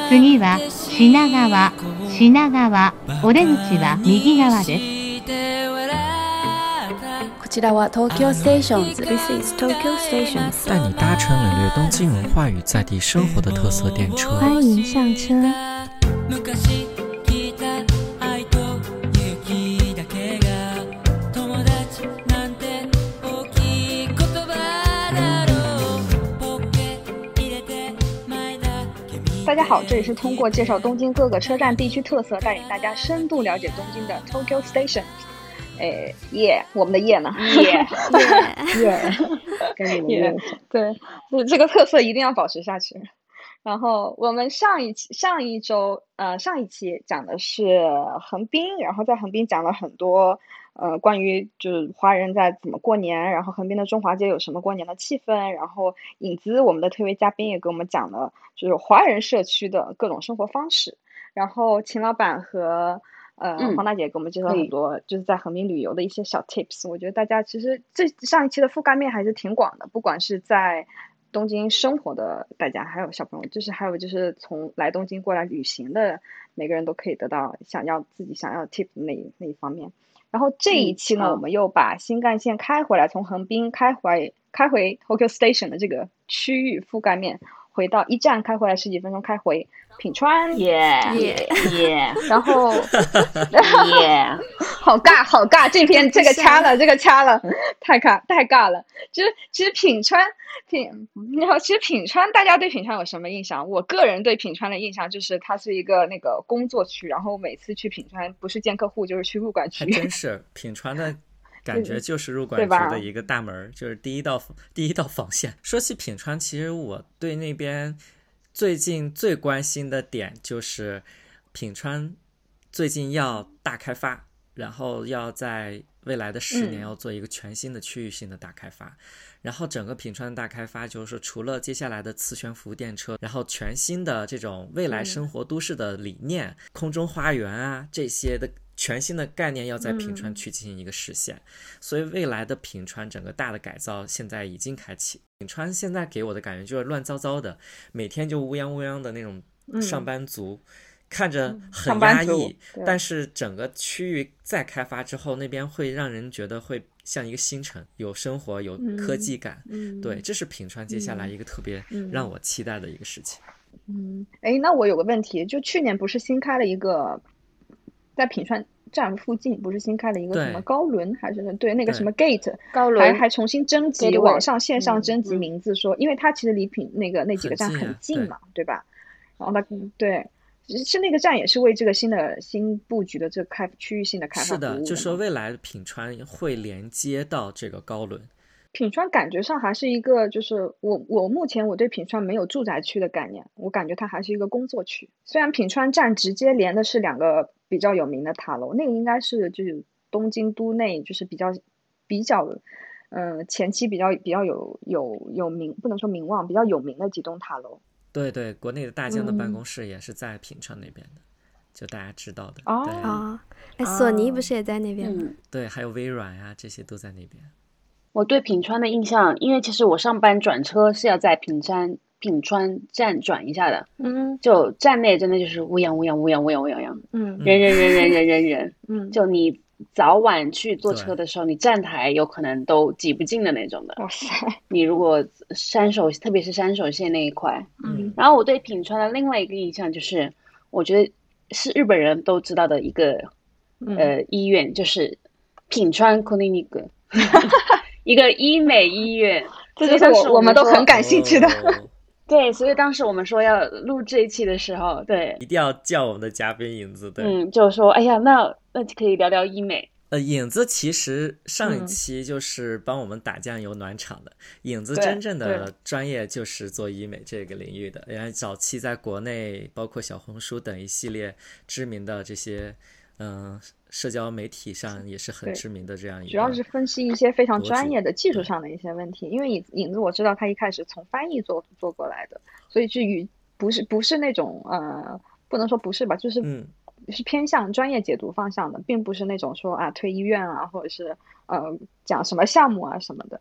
次は品川。品川。お出口は右側です。 こちらは東京ステーションズ。This is Tokyo Stations。 带你搭乘领略东京文化与在地生活的特色电车。 欢迎上车。 大家好，这里是通过介绍东京各个车站地区特色，带领大家深度了解东京的 Tokyo Station。我们的夜呢？跟你们夜，对，这个特色一定要保持下去。然后我们上一期讲的是横滨，然后在横滨讲了很多关于就是华人在怎么过年，然后横滨的中华街有什么过年的气氛，然后影子我们的特别嘉宾也给我们讲了就是华人社区的各种生活方式，然后秦老板和黄大姐给我们介绍很多就是在横滨旅游的一些小 tips。我觉得大家其实这上一期的覆盖面还是挺广的，不管是在东京生活的大家，还有小朋友，还有就是从来东京过来旅行的每个人都可以得到自己想要 tip 的那一方面。然后这一期呢，我们又把新干线开回来，从横滨开回 Tokyo Station 的这个区域覆盖面，回到一站开回来10几分钟，开回品川，然后好尬，这个掐了，太尬了。其实品川，大家对品川有什么印象？我个人对品川的印象就是它是一个那个工作区，然后每次去品川不是见客户就是去入馆区。 还真是品川的感觉就是入馆区的一个大门，就是第一道防线。说起品川，其实我对那边最近最关心的点就是品川最近要大开发，然后要在未来的10年要做一个全新的区域性的大开发。然后整个品川大开发就是除了接下来的磁悬浮电车，然后全新的这种未来生活都市的理念，空中花园啊这些的全新的概念要在品川区进行一个实现。所以未来的品川整个大的改造现在已经开启。品川现在给我的感觉就是乱糟糟的，每天就乌泱的那种上班族，看着很压抑，但是整个区域再开发之后，那边会让人觉得会像一个新城，有生活，有科技感。对，这是品川接下来一个特别让我期待的一个事情。 那我有个问题，就去年不是新开了一个在品川站附近不是新开了一个什么高轮，还是对那个什么 gate 高轮， 还重新征集网上线上征集名字，说因为它其实离那几个站很近嘛，对吧？然后它对是那个站也是为这个新布局的这个区域性的开发服务的。 是的，就说未来的品川会连接到这个高轮。 品川感觉上还是一个，就是我目前我对品川没有住宅区的概念，我感觉它还是一个工作区。虽然品川站直接连的是2个比较有名的塔楼，那个应该是就是东京都内就是比较前期比较有名，不能说名望，比较有名的几栋塔楼。 对，国内的大疆的办公室也是在品川那边的，就大家知道的。 索尼不是也在那边吗？ 对，还有微软啊，这些都在那边。 我对品川的印象，因为其实我上班转车是要在品川站转一下的，就站内真的就是乌泱，人，就你早晚去坐车的时候，你站台有可能都挤不进的那种的。 哇塞！ 你如果特别是山手线那一块，然后我对品川的另外一个印象就是，我觉得是日本人都知道的一个医院，就是品川クリニック。一个医美医院， 这就是我们都很感兴趣的。 对，所以当时我们说要录这一期的时候，对， 一定要叫我们的嘉宾影子。对， 就说哎呀，那可以聊聊医美。 影子其实上一期就是帮我们打酱油暖场的。影子真正的专业就是做医美这个领域的，然后早期在国内包括小红书等一系列知名的这些社交媒体上也是很知名的这样一个， 主要是分析一些非常专业的技术上的一些问题。因为影子我知道他一开始从翻译做过来的，所以不是那种不能说不是吧，就是是偏向专业解读方向的，并不是那种说推医院啊，或者是讲什么项目啊什么的。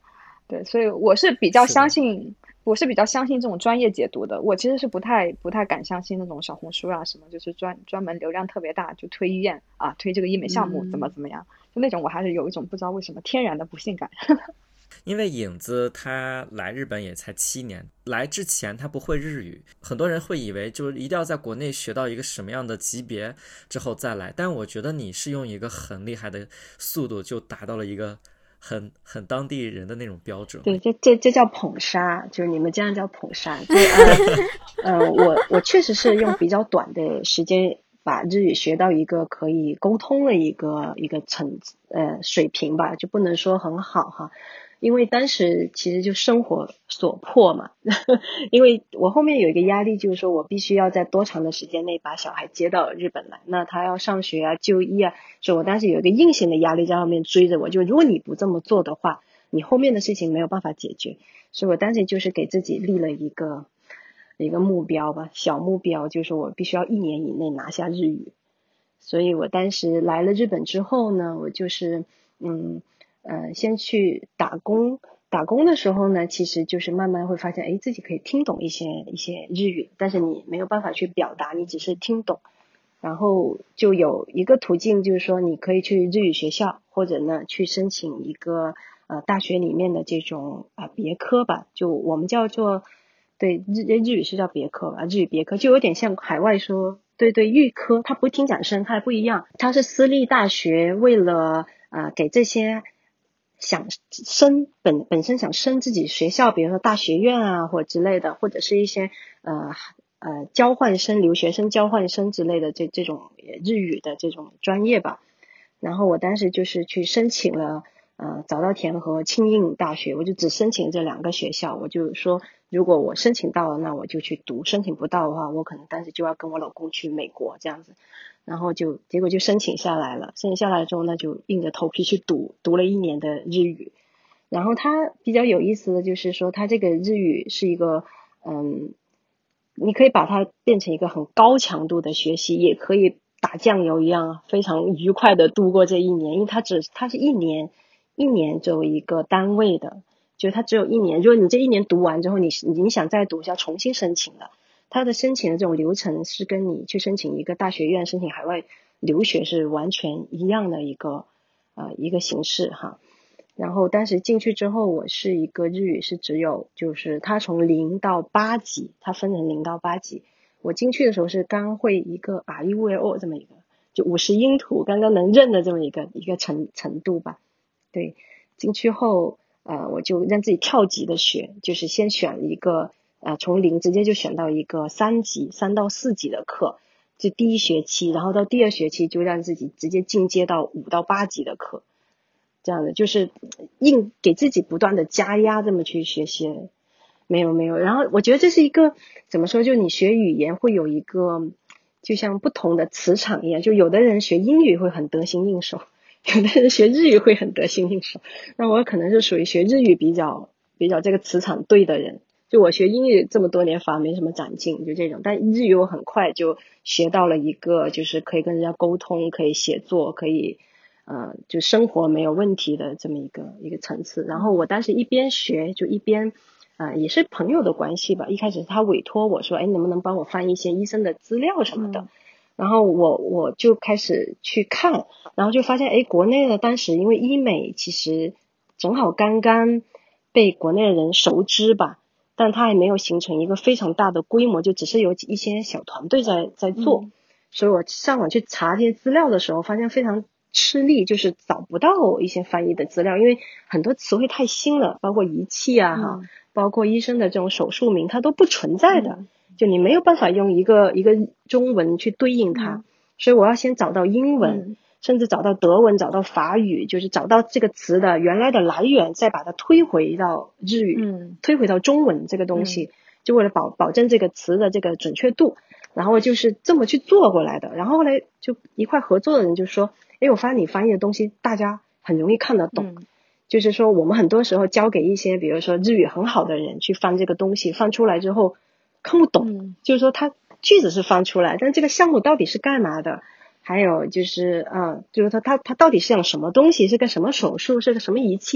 对，所以我是比较相信这种专业解读的。我其实是不太敢相信那种小红书啊什么，就是专门流量特别大就推医院啊，推这个医美项目怎么样，就那种我还是有一种不知道为什么天然的不信感。 因为影子他来日本也才7年，来之前他不会日语，很多人会以为就是一定要在国内学到一个什么样的级别之后再来，但我觉得你是用一个很厉害的速度就达到了一个很当地人的那种标准。 对，这叫捧杀，就是你们这样叫捧杀。我确实是用比较短的时间把日语学到一个可以沟通的一个水平吧，就不能说很好哈。因为当时其实就生活所迫嘛因为我后面有一个压力，就是说我必须要在多长的时间内把小孩接到日本来，那他要上学啊就医啊，所以我当时有一个硬性的压力在后面追着我，就如果你不这么做的话，你后面的事情没有办法解决。所以我当时就是给自己立了一个目标吧，小目标，就是我必须要1年以内拿下日语。所以我当时来了日本之后呢，我就是先去打工的时候呢，其实就是慢慢会发现自己可以听懂一些日语，但是你没有办法去表达，你只是听懂。然后就有一个途径，就是说你可以去日语学校，或者呢去申请一个大学里面的这种别科吧，就我们叫做对日语是叫别科吧，日语别科就有点像海外说对预科，它不是听讲生，它还不一样，它是私立大学为了给这些想升本身想升自己学校，比如说大学院啊或之类的，或者是一些交换生留学生交换生之类的这种日语的这种专业吧。然后我当时就是去申请了早稻田和庆应大学，我就只申请这2个学校，我就说如果我申请到了那我就去读，申请不到的话我可能当时就要跟我老公去美国这样子。然后结果就申请下来了，申请下来之后那就硬着头皮去读了1年的日语。然后它比较有意思的就是说它这个日语是一个你可以把它变成一个很高强度的学习，也可以打酱油一样非常愉快的度过这1年，因为它是1年作为一个单位的，就它只有1年，如果你这1年读完之后你想再读是要重新申请的。它的申请的这种流程是跟你去申请一个大学院申请海外留学是完全一样的一个形式哈。然后当时进去之后，我是一个日语是只有就是它从0到8级，它分成0到8级。我进去的时候是刚会一个 REVO 这么一个就50音图刚刚能认的这么一个程度吧。对，进去后我就让自己跳级的学，就是先选一个从0直接就选到一个3到4级的课，就第1学期，然后到第2学期就让自己直接进阶到5到8级的课，这样的就是硬给自己不断的加压这么去学习。没有，然后我觉得这是一个怎么说，就你学语言会有一个就像不同的磁场一样，就有的人学英语会很得心应手，有的人学日语会很得心应手，那我可能是属于学日语比较这个磁场对的人。就我学英语这么多年反而没什么长进，就这种，但日语我很快就学到了一个就是可以跟人家沟通，可以写作，可以就生活没有问题的这么一个层次。然后我当时一边学就一边也是朋友的关系吧，一开始他委托我说能不能帮我翻一些医生的资料什么的，然后我就开始去看，然后就发现国内的当时因为医美其实正好刚刚被国内的人熟知吧，但它还没有形成一个非常大的规模，就只是有一些小团队在做。所以我上网去查这些资料的时候发现非常吃力，就是找不到一些翻译的资料，因为很多词汇太新了，包括仪器啊包括医生的这种手术名它都不存在的，就你没有办法用一个中文去对应它，所以我要先找到英文甚至找到德文，找到法语，就是找到这个词的原来的来源，再把它推回到日语推回到中文这个东西，就为了保证这个词的这个准确度，然后就是这么去做过来的。然后后来就一块合作的人就说我发现你翻译的东西大家很容易看得懂，就是说我们很多时候交给一些比如说日语很好的人去翻这个东西，翻出来之后看不懂，就是说他句子是翻出来，但这个项目到底是干嘛的，还有就是就是他到底是用什么东西，是个什么手术，是个什么仪器，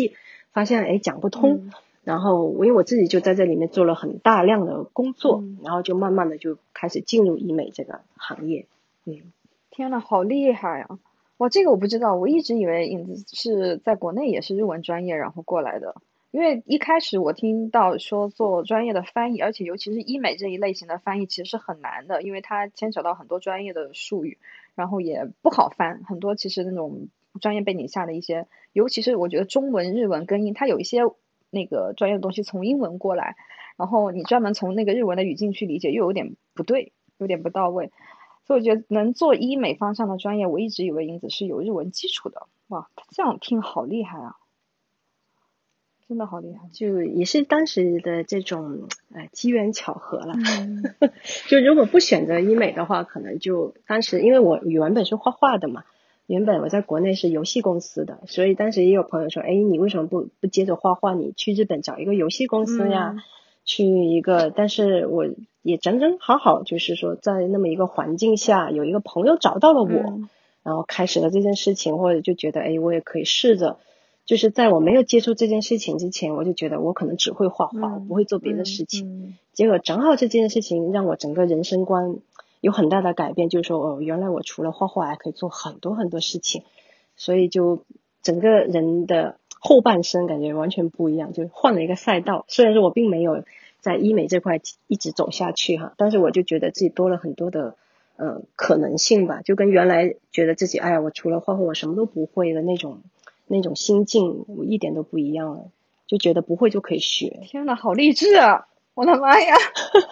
发现讲不通。然后因为我自己就在这里面做了很大量的工作，然后就慢慢的就开始进入医美这个行业。 天呐，好厉害啊！哇，这个我不知道，我一直以为影子是在国内也是日文专业然后过来的。因为一开始我听到说做专业的翻译，而且尤其是医美这一类型的翻译其实是很难的，因为它牵扯到很多专业的术语，然后也不好翻，很多其实那种专业背景下的一些，尤其是我觉得中文日文根音，它有一些那个专业的东西从英文过来，然后你专门从那个日文的语境去理解又有点不对，有点不到位，所以我觉得能做医美方向的专业，我一直以为影子是有日文基础的。哇，这样听好厉害啊，真的好厉害， 就也是当时的这种机缘巧合了。就如果不选择医美的话，可能就当时因为我原本是画画的嘛，原本我在国内是游戏公司的，所以当时也有朋友说，你为什么不接着画画，你去日本找一个游戏公司呀，去一个，但是我也整整好就是说在那么一个环境下，有一个朋友找到了我，然后开始了这件事情，或者就觉得我也可以试着。就是在我没有接触这件事情之前，我就觉得我可能只会画画，我不会做别的事情。结果正好这件事情让我整个人生观有很大的改变，就是说原来我除了画画还可以做很多很多事情，所以就整个人的后半生感觉完全不一样，就换了一个赛道。虽然说我并没有在医美这块一直走下去哈，但是我就觉得自己多了很多的可能性吧，就跟原来觉得自己我除了画画我什么都不会的那种心境我一点都不一样了，就觉得不会就可以学。 天哪，好励志啊，我的妈呀。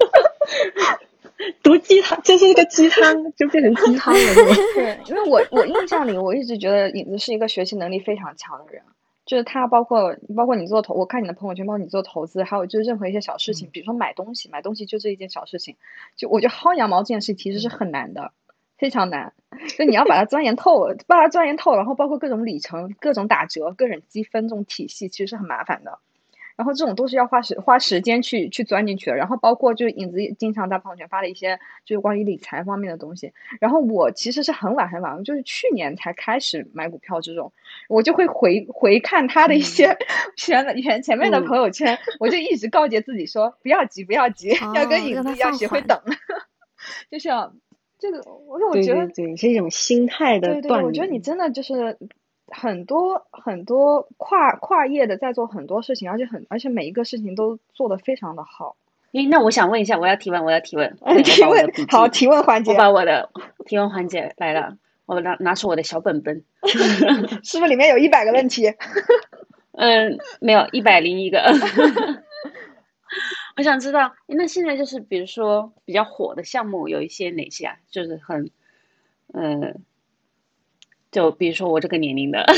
毒鸡汤，这是一个鸡汤，就变成鸡汤了。 对，因为我印象里我一直觉得影子是一个学习能力非常强的人，就是他包括你做我看你的朋友圈，包括你做投资，还有就是任何一些小事情，比如说买东西就这一件小事情，就我觉得薅羊毛这件事其实是很难的，非常难，就你要把它钻研透，然后包括各种里程、各种打折、各种积分这种体系，其实是很麻烦的。然后这种都是要花时间去钻进去的。然后包括就是影子经常在朋友圈发的一些就是关于理财方面的东西。然后我其实是很晚，就是去年才开始买股票这种，我就会回看他的一些前面的朋友圈，我就一直告诫自己说不要急，要跟影子要学会等，就是要这个，我觉得对是一种心态的锻炼。 我觉得你真的就是很多跨业的在做很多事情，而且每一个事情都做得非常的好。 那我想问一下，我要提问好，提问环节， 我把我的提问环节来了，我拿出我的小本本。 是不是里面有100个问题？ 没有101个。我想知道，那现在就是比如说比较火的项目有一些哪些啊？就是很就比如说我这个年龄的。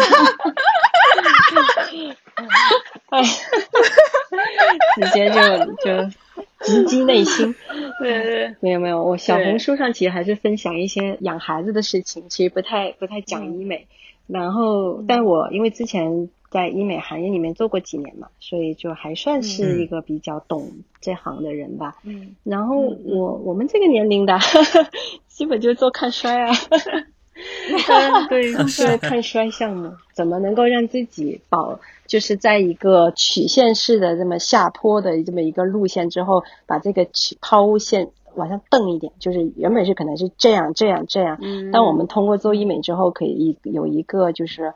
直接就直击内心。 对， 没有，我小红书上其实还是分享一些养孩子的事情，其实不太讲医美。然后但我因为之前在医美行业里面做过几年嘛，所以就还算是一个比较懂这行的人吧。然后我们这个年龄的基本就做看衰啊。对，看衰项目怎么能够让自己就是在一个曲线式的这么下坡的这么一个路线之后，把这个抛线往上蹬一点，就是原本是可能是这样，但我们通过做医美之后可以有一个就是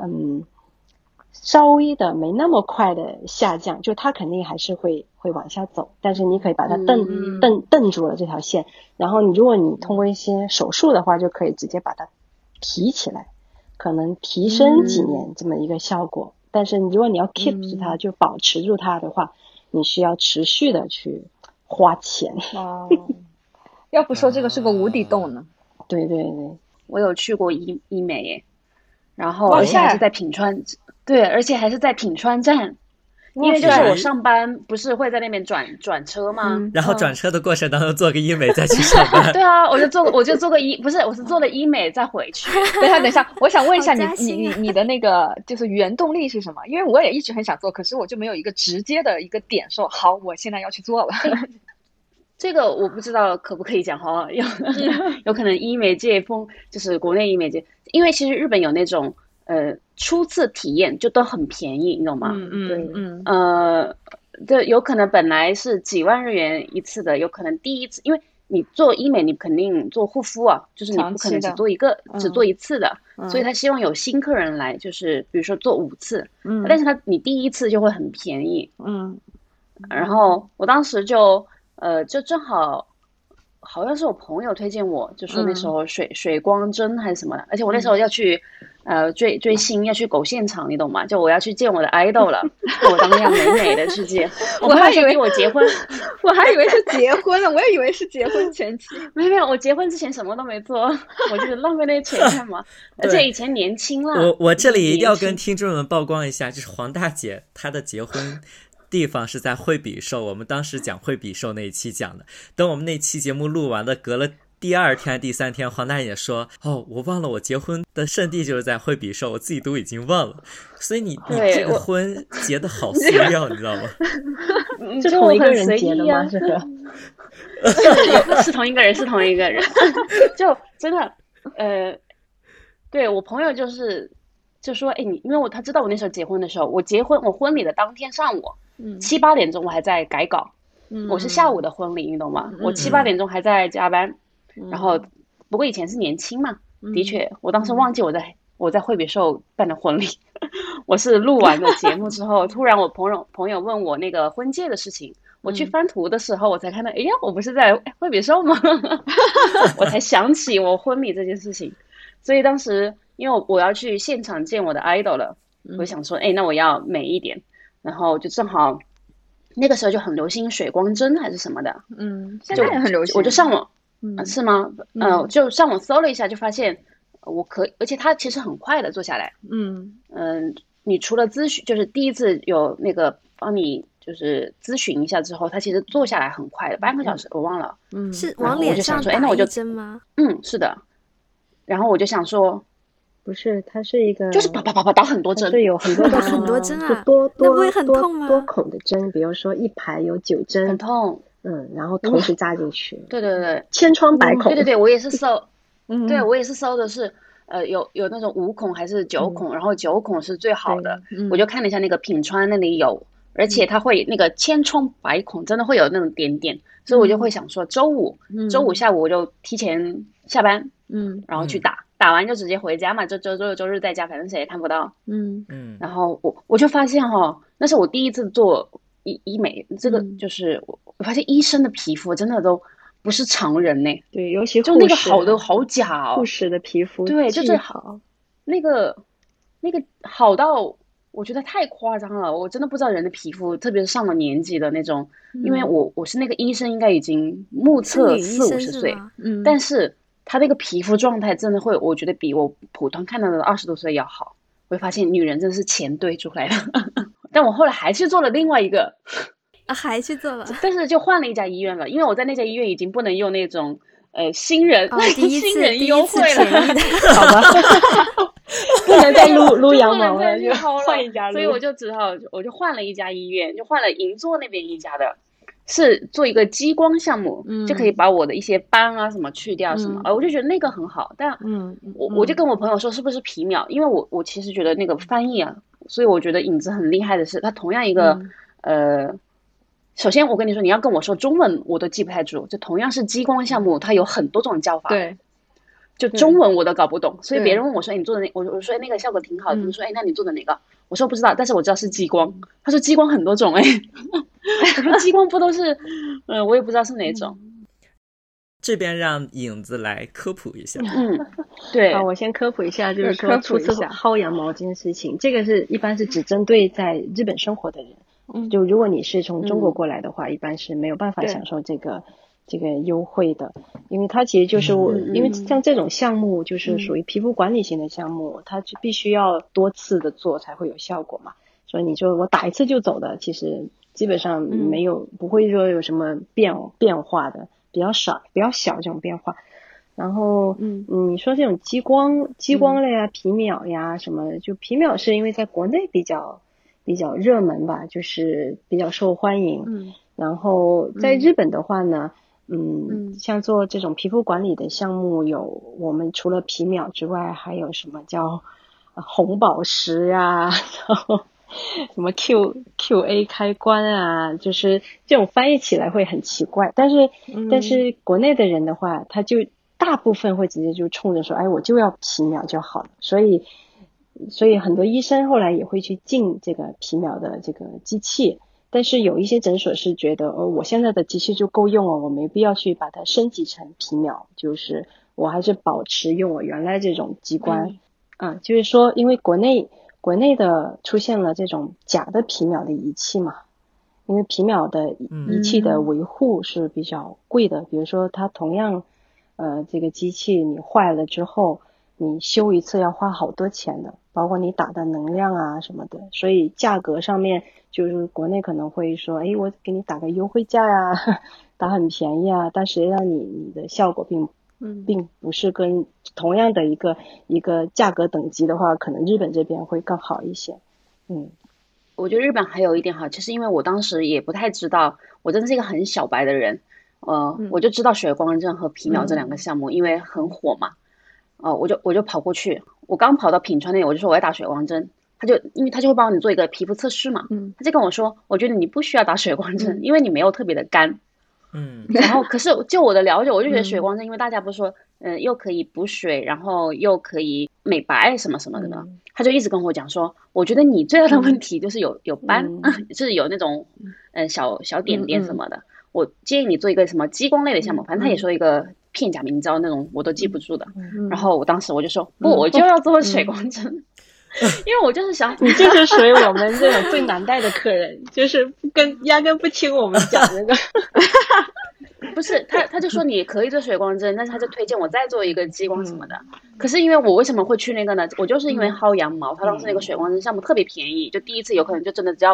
稍微的没那么快的下降，就它肯定还是会往下走，但是你可以把它蹬住了这条线，然后如果你通过一些手术的话，就可以直接把它提起来，可能提升几年这么一个效果。但是如果你要 keep 住它，就保持住它的话，你需要持续的去花钱。 要不说这个是个无底洞呢。 对， 我有去过医美耶，然后而且还是在品川。对，而且还是在品川站，因为就是我上班不是会在那边转车吗？ 然后转车的过程当中做个医美再去上班。 对啊，我就做个我是做了医美再回去。 等一下，我想问一下你的那个就是原动力是什么？因为我也一直很想做，可是我就没有一个直接的一个点说好，我现在要去做了。 这个我不知道可不可以讲哈，有可能医美界就是国内医美界，因为其实日本有那种初次体验就都很便宜，你懂吗？对，有可能本来是几万日元一次的，有可能第一次，因为你做医美，你肯定做护肤啊，就是你不可能只做一次的，所以他希望有新客人来，就是比如说做5次，但是你第一次就会很便宜，然后我当时就正好像是我朋友推荐我，就说那时候水光针还是什么的，而且我那时候要去追星，要去狗现场，你懂吗？就我要去见我的 idol 了，我当然要美美的去见。 我还以为我结婚， 我还以为是结婚了，我也以为是结婚前期。 没有，我结婚之前什么都没做，我就是浪费那些钱干嘛？而且以前年轻啦。 我这里一定要跟听众们曝光一下，就是黄大姐她的结婚地方是在惠比寿，我们当时讲惠比寿那一期讲的，等我们那期节目录完了，隔了第2天第3天，黄大姐说我忘了我结婚的圣地就是在惠比寿，我自己都已经忘了。所以你这个婚结的好塑料你知道吗？ 是同一个人结的吗？ 是同一个人，是同一个人。就真的对，我朋友就说因为他知道我那时候结婚的时候，我婚礼的当天上午7、8点钟我还在改稿，我是下午的婚礼，你懂吗？我7、8点钟还在加班，然后不过以前是年轻嘛，的确我当时忘记我在惠比寿办的婚礼。我是录完了节目之后，突然我朋友问我那个婚戒的事情，我去翻图的时候，我才看到，哎呀，我不是在惠比寿吗？我才想起我婚礼这件事情。所以当时因为我要去现场见我的 idol 了，我想说，那我要美一点，然后就正好那个时候就很流行水光针还是什么的， 现在也很流行， 我就上网，是吗？就上网搜了一下，就发现我可以，而且它其实很快的做下来，你除了咨询，就是第一次有那个帮你就是咨询一下之后，它其实做下来很快的，半个小时我忘了， 是往脸上打一针吗？ 是的，然后我就想说。 不是，它是一个， 就是啪啪啪啪打很多针， 是有很多的很多针啊， 那不会很痛吗？ 多孔的针，比如说一排有9针， 很痛。 然后同时扎进去。 对对对， 千疮百孔。 对，我也是搜，对我也是搜的是，有那种5孔还是9孔，然后9孔是最好的。我就看了一下那个品川那里有，而且它会那个千疮百孔，真的会有那种点点，所以我就会想说，周五下午我就提前下班，然后去打完就直接回家嘛，就周六周日在家，反正谁也看不到。然后我就发现那是我第一次做医美，这个就是我发现医生的皮肤真的都不是常人呢。 对，尤其就那个好的好假护士的皮肤对，就是好那个好到我觉得太夸张了，我真的不知道人的皮肤，特别是上了年纪的那种，因为我是那个医生，应该已经目测40、50岁，但是。她那个皮肤状态真的会，我觉得比我普通看到的20多岁要好。我会发现女人真的是钱堆出来的。但我后来还去做了另外一个， 还去做了， 但是就换了一家医院了，因为我在那家医院已经不能用那种新人新人优惠了， 好吧，不能再撸羊毛了，就换一家， 所以我就只好我就换了一家医院，就换了银座那边一家的。是做一个激光项目，就可以把我的一些斑啊什么去掉什么，我就觉得那个很好。但我就跟我朋友说是不是皮秒，因为我其实觉得那个翻译啊，所以我觉得影子很厉害的是，它同样一个首先我跟你说，你要跟我说中文我都记不太住，就同样是激光项目，它有很多种叫法。 对。 就中文我都搞不懂，所以别人问我说你做的我说那个效果挺好的，你说那你做的哪个？我说不知道，但是我知道是激光。他说激光很多种我说激光不都是我也不知道是哪种。 这边让影子来科普一下。 对我先科普一下，就是说初次薅羊毛这件事情，这个是一般是只针对在日本生活的人，就如果你是从中国过来的话，一般是没有办法享受这个优惠的，因为它其实就是因为像这种项目就是属于皮肤管理型的项目，它就必须要多次的做才会有效果嘛，所以你就我打一次就走的，其实基本上没有不会说有什么变化的，比较少比较小这种变化。然后你说这种激光类啊，皮秒呀什么的，就皮秒是因为在国内比较热门吧，就是比较受欢迎。然后在日本的话呢，像做这种皮肤管理的项目，有我们除了皮秒之外，还有什么叫红宝石啊，然后什么 QA 开关啊，就是这种翻译起来会很奇怪。但是国内的人的话，他就大部分会直接就冲着说，哎，我就要皮秒就好了。所以很多医生后来也会去进这个皮秒的这个机器。但是有一些诊所是觉得，我现在的机器就够用了，我没必要去把它升级成皮秒，就是我还是保持用我原来这种机关。就是说，因为国内的出现了这种假的皮秒的仪器嘛，因为皮秒的仪器的维护是比较贵的，比如说它同样这个机器你坏了之后，你修一次要花好多钱的，包括你打的能量啊什么的，所以价格上面就是国内可能会说，哎，我给你打个优惠价呀，打很便宜啊，但实际上你的效果并不是跟同样的一个价格等级的话，可能日本这边会更好一些。 我觉得日本还有一点好，其实因为我当时也不太知道，我真的是一个很小白的人，我就知道水光针和皮秒这两个项目，因为很火嘛，我就跑过去，我刚跑到品川那里，我就说我要打水光针，因为他就会帮你做一个皮肤测试嘛，他就跟我说，我觉得你不需要打水光针，因为你没有特别的干。然后可是就我的了解，我就觉得水光针，因为大家不是说又可以补水，然后又可以美白什么什么的呢，他就一直跟我讲说，我觉得你最大的问题就是有斑，就是有那种小点点什么的，我建议你做一个什么激光类的项目，反正他也说一个片假名胶那种，我都记不住的。然后我当时我就说不，我就要做水光针。因为我就是想， 你就是属于我们这种最难带的客人，就是压根不听我们讲那个。 不是他就说你可以做水光针，但是他就推荐我再做一个激光什么的。可是因为我为什么会去那个呢？我就是因为薅羊毛，他当时那个水光针项目特别便宜，就第一次有可能就真的只要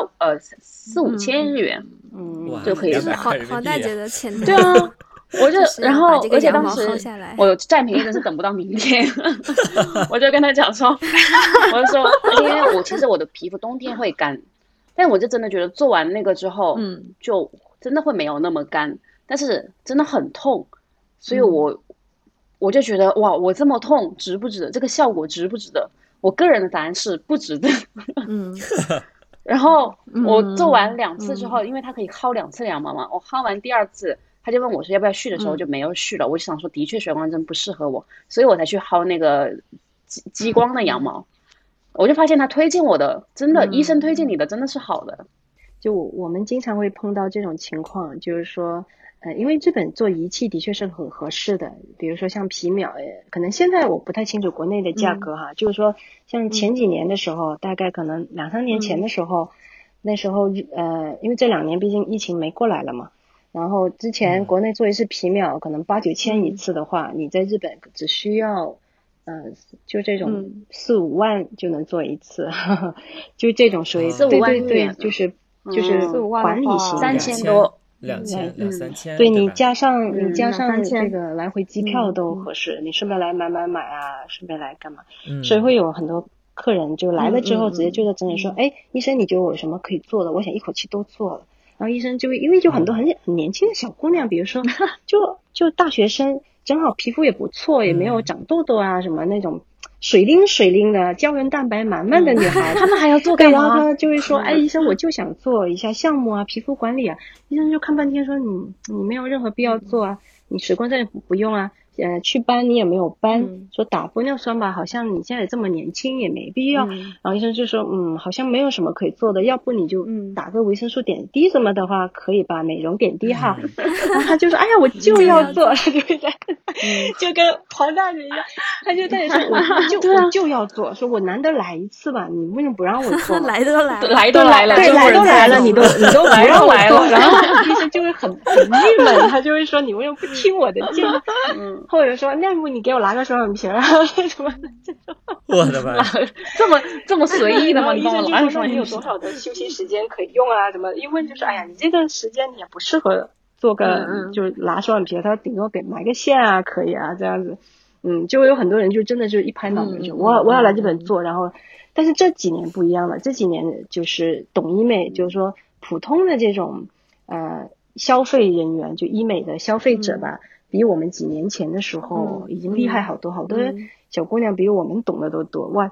4-5千日元，就可以了。 黄大姐的潜对啊。我就然后而且当时我占便宜真是等不到明天。我就跟他讲说，我就说因为其实我的皮肤冬天会干，但我就真的觉得做完那个之后就真的会没有那么干，但是真的很痛，所以我就觉得哇，我这么痛值不值得，这个效果值不值得？我个人的答案是不值得。然后我做完2次之后，因为它可以薅2次羊毛嘛，我薅完第2次他就问我说要不要续的时候就没有续了，我就想说的确水光针不适合我，所以我才去薅那个激光的羊毛。我就发现他推荐我的真的，医生推荐你的真的是好的。 就我们经常会碰到这种情况，就是说因为日本做仪器的确是很合适的，比如说像皮秒，可能现在我不太清楚国内的价格哈，就是说像前几年的时候，大概可能2-3年前的时候，那时候因为这2年毕竟疫情没过来了嘛，然后之前国内做一次皮秒可能8-9千一次的话，你在日本只需要就这种4-5万就能做一次，就这种属于 4-5万对，就是管理型 3000多 2-3千， 对，你加上这个来回机票都合适，你顺便来买啊，顺便来干嘛，所以会有很多客人就来了之后直接就在诊里说，哎，医生你觉得我有什么可以做的，我想一口气都做了。然后医生就因为就很多很年轻的小姑娘，比如说就大学生，正好皮肤也不错，也没有长痘痘啊什么那种水灵的胶原蛋白满满的女孩， 他们还要做干嘛？ 然后他就会说，哎，医生我就想做一下项目啊，皮肤管理啊。医生就看半天说，你没有任何必要做啊，你水光针不用啊，祛斑你也没有斑，说打玻尿酸吧，好像你现在这么年轻也没必要。然后医生就说，好像没有什么可以做的，要不你就打个维生素点滴什么的话可以吧，美容点滴哈。然后他就说，哎呀，我就要做，就跟黄大姐一样，他就在说，我就要做，说我难得来一次吧，你为什么不让我做？ 来都来了， 对，来都来了，你都不让我做，然后医生就会很郁闷，他就会说，你为什么不听我的建议？或者说，那不你给我拿个双眼皮啊什么的这种。 我的妈！ 这么随意的吗？ 医生就说你有多少的休息时间可以用啊？什么？一问就是，哎呀，你这段时间你也不适合做个就是拿双眼皮，他顶多给埋个线啊，可以啊，这样子。就有很多人就真的就一拍脑门就我要来日本做，然后但是这几年不一样了，这几年就是懂医美，就是说普通的这种消费人员，就医美的消费者吧。比我们几年前的时候已经厉害好多，好多小姑娘比我们懂得都多哇！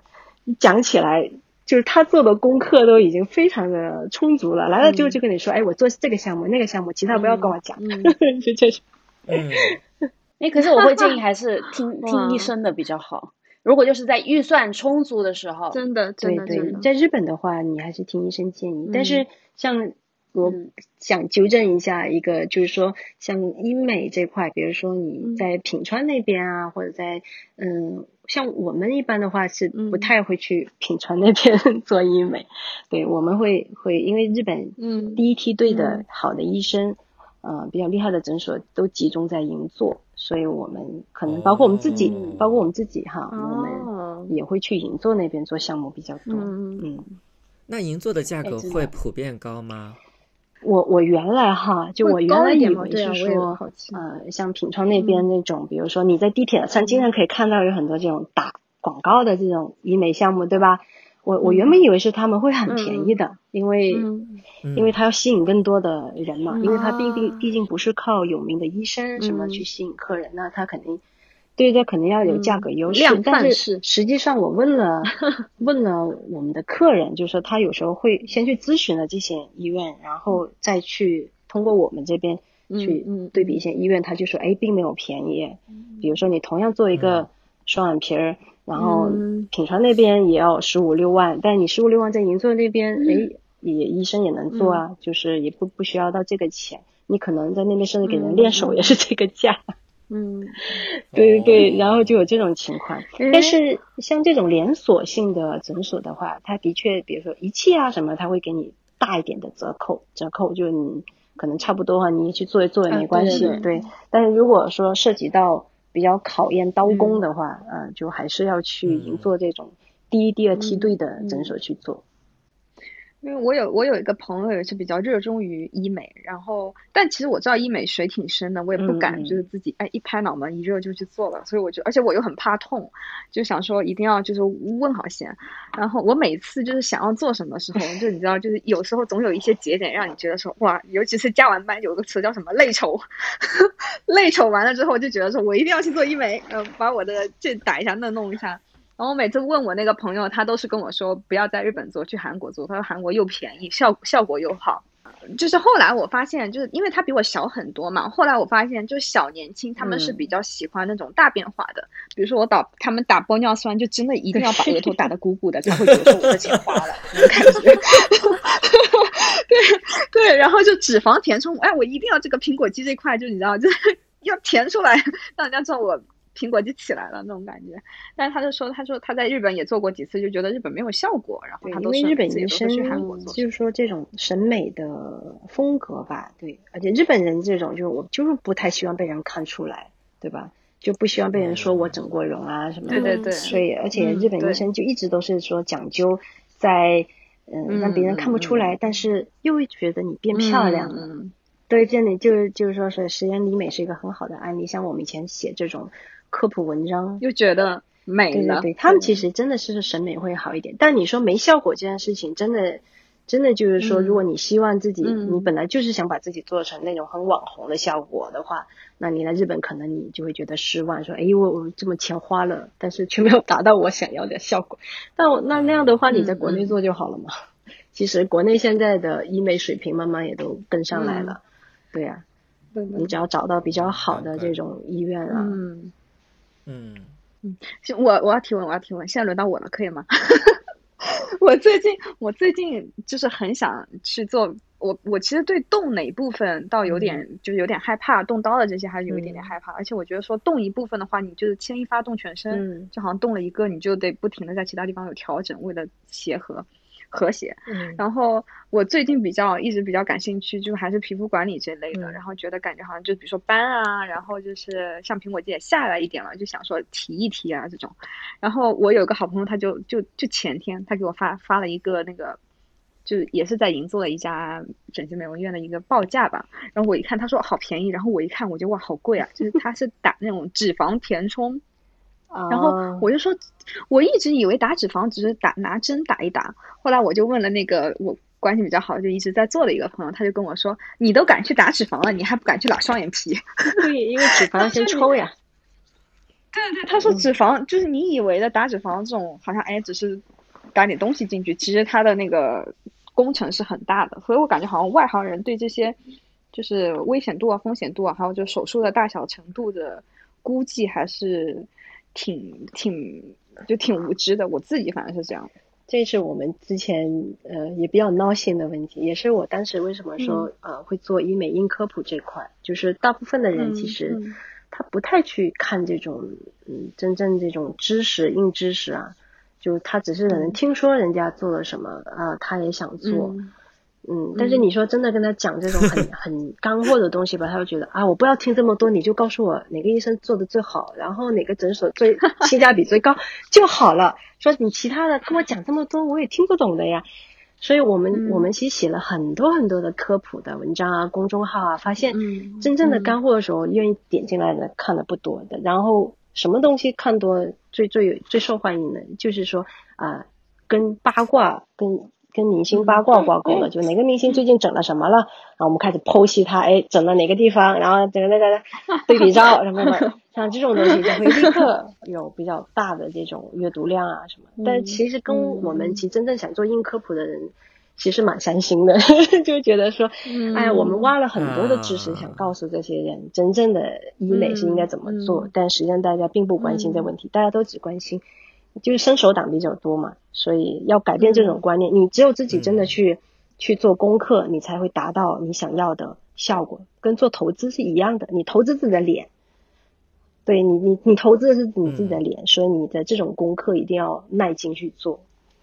讲起来就是他做的功课都已经非常的充足了，来了之后就跟你说，哎，我做这个项目那个项目，其他不要跟我讲，就这种。 可是我会建议还是听医生的比较好。如果就是在预算充足的时候， 真的， 对，在日本的话，你还是听医生建议。但是像我想纠正一下一个，就是说像医美这块，比如说你在品川那边啊，或者在像我们一般的话是不太会去品川那边做医美。对，我们会因为日本第一梯队的好的医生，比较厉害的诊所都集中在银座，所以我们可能包括我们自己哈，我们也会去银座那边做项目比较多。 那银座的价格会普遍高吗？ 我原来哈，就我原来以为是说，像品川那边那种，比如说你在地铁上经常可以看到有很多这种打广告的这种医美项目，对吧？我原本以为是他们会很便宜的，因为他要吸引更多的人嘛，因为他毕竟不是靠有名的医生什么去吸引客人，那他肯定肯定要有价格优势。但是实际上我问了我们的客人，就是说他有时候会先去咨询了这些医院，然后再去通过我们这边去对比一些医院，他就说并没有便宜。比如说你同样做一个双眼皮儿，然后品川那边也要15-16万，但你15-16万在银座那边医生也能做啊，就是也不需要到这个钱，你可能在那边甚至给人练手也是这个价。对，然后就有这种情况。但是像这种连锁性的诊所的话，它的确比如说仪器啊什么，它会给你大一点的折扣，就你可能差不多你去做一做也没关系。对，但是如果说涉及到比较考验刀工的话，就还是要去银座这种第一、第二梯队的诊所去做。 因为我有一个朋友也是比较热衷于医美，然后但其实我知道医美水挺深的，我也不敢就是自己一拍脑门一热就去做了，所以而且我又很怕痛，就想说一定要就是问好先。然后我每次就是想要做什么时候，就你知道，就是有时候总有一些节点让你觉得说哇，尤其是加完班有个词叫什么泪筹，泪筹完了之后我就觉得说我一定要去做医美，把我的这打一下那弄一下。然后我每次问我那个朋友，他都是跟我说不要在日本做，去韩国做。他说韩国又便宜，效果又好。就是后来我发现，就是因为他比我小很多嘛，后来我发现，就小年轻他们是比较喜欢那种大变化的。比如说他们打玻尿酸，就真的一定要把额头打得鼓鼓的，才会觉得说我的钱花了那种感觉。对，然后就脂肪填充，我一定要这个苹果肌这块，就你知道，就是要填出来，让人家知道我苹果肌起来了那种感觉。但是他说他在日本也做过几次，就觉得日本没有效果，然后他都是因为日本医生去韩国做， 就是说这种审美的风格吧，对，而且日本人这种我就是不太希望被人看出来，对吧？就不希望被人说我整过容啊什么的。对，所以而且日本医生就一直都是说讲究在让别人看不出来，但是又觉得你变漂亮了。对，这里就是说是石原里美是一个很好的案例，像我们以前写这种科普文章又觉得美了。 对，他们其实真的是审美会好一点。但你说没效果这件事情，真的就是说，如果你希望自己你本来就是想把自己做成那种很网红的效果的话，那你来日本可能你就会觉得失望，说我这么钱花了，但是却没有达到我想要的效果。那样的话你在国内做就好了嘛。其实国内现在的医美水平慢慢也都跟上来了。对呀，你只要找到比较好的这种医院啊。 我要提问，现在轮到我了，可以吗？我最近就是很想去做，我其实对动哪部分倒有点害怕，动刀的这些还是有一点点害怕，而且我觉得说动一部分的话，你就是牵一发动全身，就好像动了一个，你就得不停的在其他地方有调整，为了和谐。然后我最近一直比较感兴趣，就还是皮肤管理这类的，然后觉得感觉好像就比如说斑啊，然后就是像苹果肌也下来一点了，就想说提一提啊这种。然后我有个好朋友，他就前天他给我发了一个那个，就也是在银座的一家整形美容院的一个报价吧。然后我一看，他说好便宜，然后我一看，我就哇好贵啊！就是他是打那种脂肪填充。然后我就说，我一直以为打脂肪只是拿针打一打，后来我就问了那个我关系比较好就一直在做的一个朋友，他就跟我说，你都敢去打脂肪了，你还不敢去打双眼皮？ 对，因为脂肪先抽呀。 对，他说脂肪就是你以为的打脂肪这种好像只是加点东西进去，其实它的那个工程是很大的。所以我感觉好像外行人对这些就是危险度啊、风险度啊，还有就手术的大小程度的估计还是挺无知的。我自己反正是这样。 这是我们之前也比较闹心的问题，也是我当时为什么说会做医美硬科普这块，就是大部分的人其实他不太去看这种真正这种知识硬知识啊，就他只是可能听说人家做了什么他也想做。但是你说真的跟他讲这种很干货的东西吧，他就觉得我不要听这么多，你就告诉我哪个医生做的最好，然后哪个诊所最性价比最高就好了。说你其他的跟我讲这么多，我也听不懂的呀。所以我们其实写了很多很多的科普的文章啊、公众号啊，发现真正的干货的时候，愿意点进来的看的不多的。然后什么东西看多最受欢迎的，就是说跟八卦跟明星八卦挂钩了，就哪个明星最近整了什么了，然后我们开始剖析他，整了哪个地方，然后整个那个对比照什么的，像这种东西就会立刻有比较大的这种阅读量啊什么。但其实跟我们其实真正想做硬科普的人其实蛮伤心的，就觉得说我们挖了很多的知识想告诉这些人真正的医美是应该怎么做，但实际上大家并不关心这问题，大家都只关心就是伸手党比较多嘛，所以要改变这种观念，你只有自己真的去做功课，你才会达到你想要的效果。跟做投资是一样的，你投资自己的脸，对你投资的是你自己的脸，所以你的这种功课一定要耐心去做。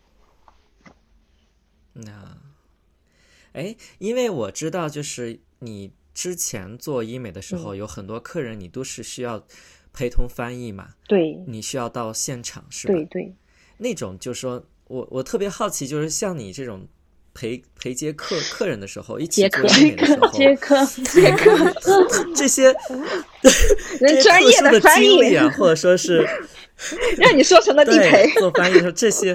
因为我知道就是你之前做医美的时候，有很多客人你都是需要陪同翻译嘛， 对， 你需要到现场是吧？ 对， 那种就是说我特别好奇，就是像你这种陪接客人的时候，一起做医美的时候， 接客这些人专业的翻译啊，或者说是让你说成了地陪做翻译的时候这些。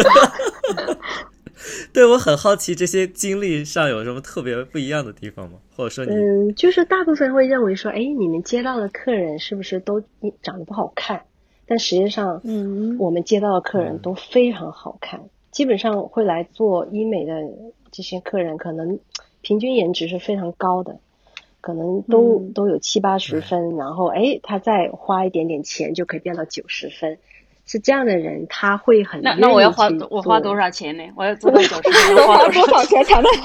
对，我很好奇这些经历上有什么特别不一样的地方吗？或者说你就是大部分会认为说你们接到的客人是不是都长得不好看，但实际上我们接到的客人都非常好看，基本上会来做医美的这些客人可能平均颜值是非常高的，可能都有70-80分，然后他再花一点点钱就可以变到90分，是这样的人他会很愿意去做。 那我花多少钱呢？我要做到90分要花多少钱才能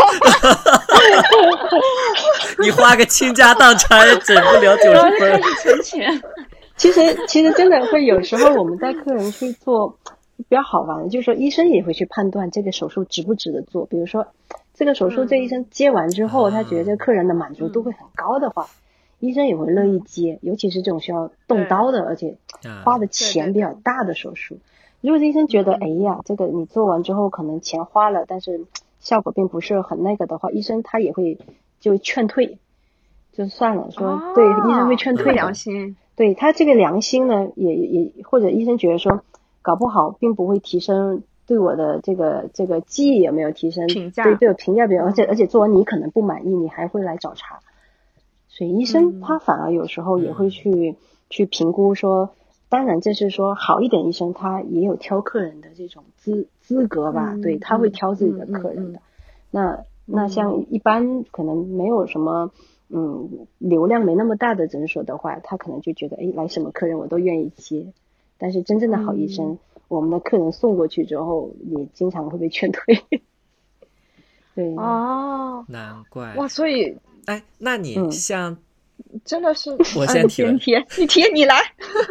你花个倾家荡产也整不了90分。 存钱。 其实真的会有时候我们带客人去做比较好玩的，就是说医生也会去判断这个手术值不值得做。比如说这个手术这医生接完之后，他觉得这个客人的满足度会很高的话，医生也会乐意接，尤其是这种需要动刀的而且花的钱比较大的手术。如果医生觉得这个你做完之后可能钱花了，但是效果并不是很那个的话，医生他也会就劝退，就算了，说对，医生会劝退良心。 对，他这个良心呢也或者医生觉得说搞不好并不会提升对我的这个技艺有没有提升，对我评价比较，而且做完你可能不满意，你还会来找茬。所以医生他反而有时候也会去评估说，当然这是说好一点医生他也有挑客人的这种资格吧，对，他会挑自己的客人的。那像一般可能没有什么流量没那么大的诊所的话，他可能就觉得来什么客人我都愿意接。但是真正的好医生，我们的客人送过去之后也经常会被劝退。对， 难怪哇，所以那你像真的是我先提了， 你来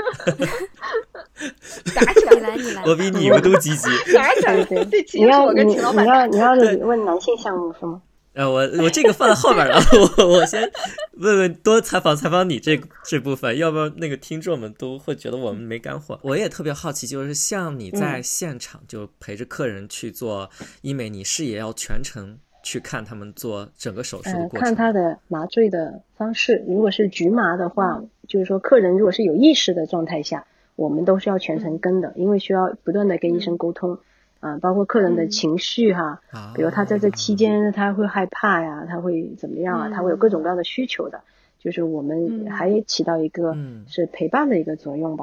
打起来， 你来， 我比你们都积极。 打起来，对， 你要问男性项目是吗？ 我这个放在后边了，我先问多采访你这部分，要不然那个听众们都会觉得我们没干货。我也特别好奇，就是像你在现场就陪着客人去做医美，你是也要全程去看他们做整个手术的过程， 看他的麻醉的方式。如果是局麻的话，就是说客人如果是有意识的状态下，我们都是要全程跟的，因为需要不断的跟医生沟通。包括客人的情绪比如他在这期间他会害怕呀，他会怎么样他会有各种各样的需求的，就是我们还起到一个是陪伴的一个作用吧。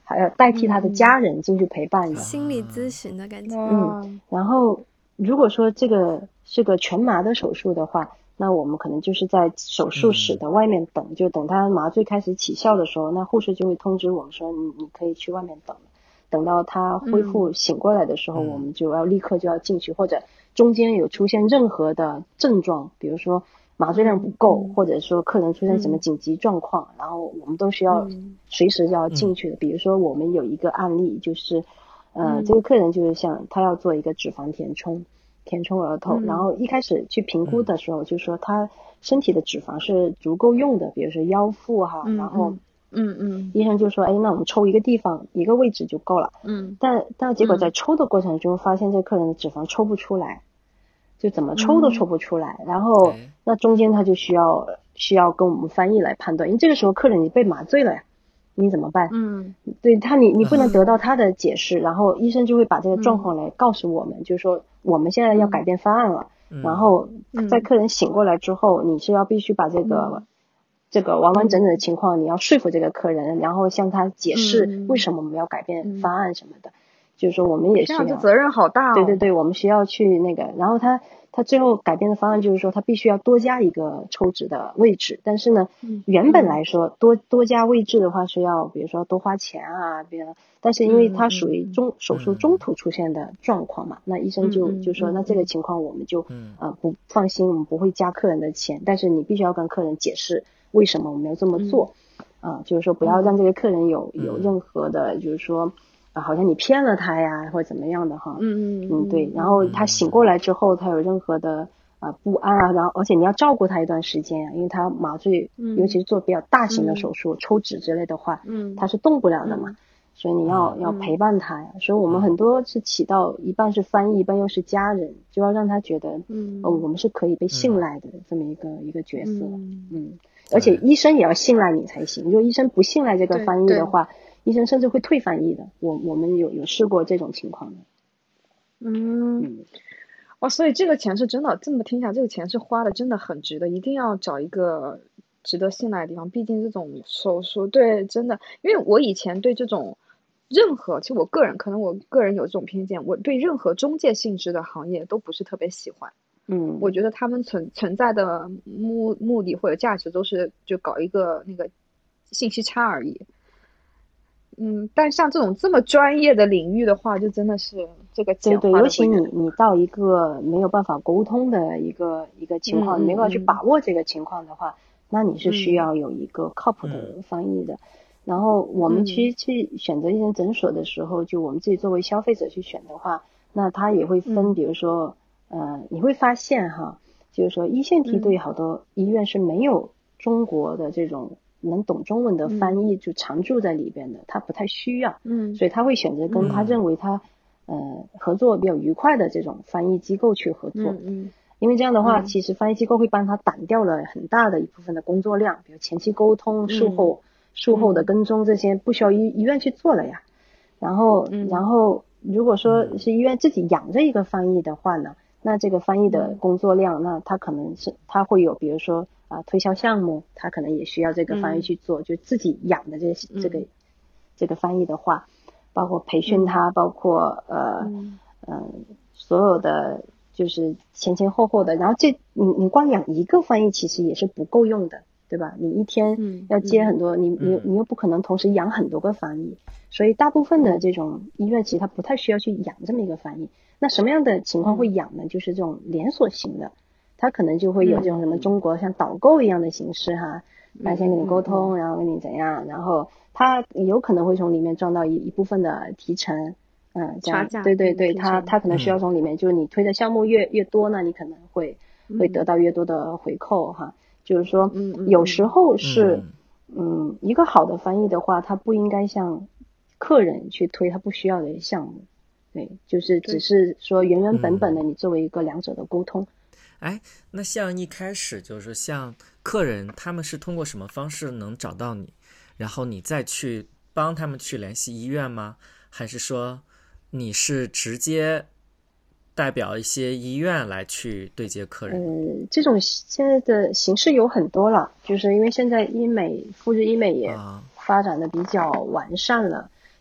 还要代替他的家人进去陪伴的， 心理咨询的感觉。 然后如果说这个是个全麻的手术的话，那我们可能就是在手术室的外面等，就等他麻醉开始起效的时候，那护士就会通知我们说你可以去外面等，等到他恢复醒过来的时候，我们就要立刻就要进去，或者中间有出现任何的症状，比如说麻醉量不够，或者说客人出现什么紧急状况，然后我们都需要随时要进去的。比如说我们有一个案例，就是这个客人就是像他要做一个脂肪填充额头，然后一开始去评估的时候就说他身体的脂肪是足够用的，比如说腰腹哈，然后医生就说那我们抽一个地方一个位置就够了，但结果在抽的过程中发现这个客人的脂肪抽不出来，就怎么抽都抽不出来，然后那中间他就需要跟我们翻译来判断，因为这个时候客人你被麻醉了呀，你怎么办？对他你不能得到他的解释，然后医生就会把这个状况来告诉我们，就是说我们现在要改变方案了，然后在客人醒过来之后，你是要必须把这个完完整整的情况你要说服这个客人，然后向他解释为什么我们要改变方案什么的，就是说我们也需要， 这样责任好大哦。 对，我们需要去那个，然后他最后改变的方案就是说他必须要多加一个抽脂的位置，但是呢原本来说多加位置的话是要比如说多花钱啊，但是因为它属于手术中途出现的状况嘛，那医生就说那这个情况我们就不放心，我们不会加客人的钱，但是你必须要跟客人解释为什么我们要这么做就是说不要让这个客人有任何的就是说好像你骗了他呀或者怎么样的哈，对，然后他醒过来之后他有任何的不安啊，然后而且你要照顾他一段时间因为他麻醉尤其是做比较大型的手术抽脂之类的话他是动不了的嘛，所以你要陪伴他呀，所以我们很多是起到一半是翻译一半又是家人，就要让他觉得我们是可以被信赖的这么一个角色而且医生也要信赖你才行，如果医生不信赖这个翻译的话，医生甚至会退翻译的，我们有试过这种情况的。 所以这个钱是真的，这么听下来这个钱是花的真的很值得，一定要找一个值得信赖的地方，毕竟这种手术对真的，因为我以前对这种其实我个人有这种偏见，我对任何中介性质的行业都不是特别喜欢。我觉得他们存在的目的或者价值都是就搞一个那个信息差而已。但像这么专业的领域的话，就真的是这个简化的。 对，尤其你到一个没有办法沟通的一个情况，你没办法去把握这个情况的话，那你是需要有一个靠谱的翻译的。然后我们其实去选择一些诊所的时候，就我们自己作为消费者去选的话，那他也会分，比如说你会发现哈，就是说一线梯队好多医院是没有中国的这种能懂中文的翻译就常驻在里边的，他不太需要，所以他会选择跟他认为他合作比较愉快的这种翻译机构去合作，因为这样的话其实翻译机构会帮他挡掉了很大的一部分的工作量，比如前期沟通、术后的跟踪这些不需要医院去做了呀。然后如果说是医院自己养着一个翻译的话呢，那这个翻译的工作量，那他可能是他会有比如说推销项目，他可能也需要这个翻译去做，就自己养的这个翻译的话，包括培训他，包括所有的就是前后的，然后你光养一个翻译其实也是不够用的，对吧？你一天要接很多，你又不可能同时养很多个翻译，所以大部分的这种医院其实它不太需要去养这么一个翻译。那什么样的情况会养呢？就是这种连锁型的，它可能就会有这种什么中国像导购一样的形式哈，他先跟你沟通，然后跟你怎样，然后他有可能会从里面赚到一部分的提成，这样对，他可能需要从里面，就是你推的项目越多呢，你可能会得到越多的回扣哈。就是说有时候是一个好的翻译的话，他不应该向客人去推他不需要的项目，对，就是只是说原本的你作为一个两者的沟通。 那像一开始就是像客人他们是通过什么方式能找到你，然后你再去帮他们去联系医院吗？还是说你是直接代表一些医院来去对接客人？ 这种现在的形式有很多了，就是因为现在复制医美也发展的比较完善了，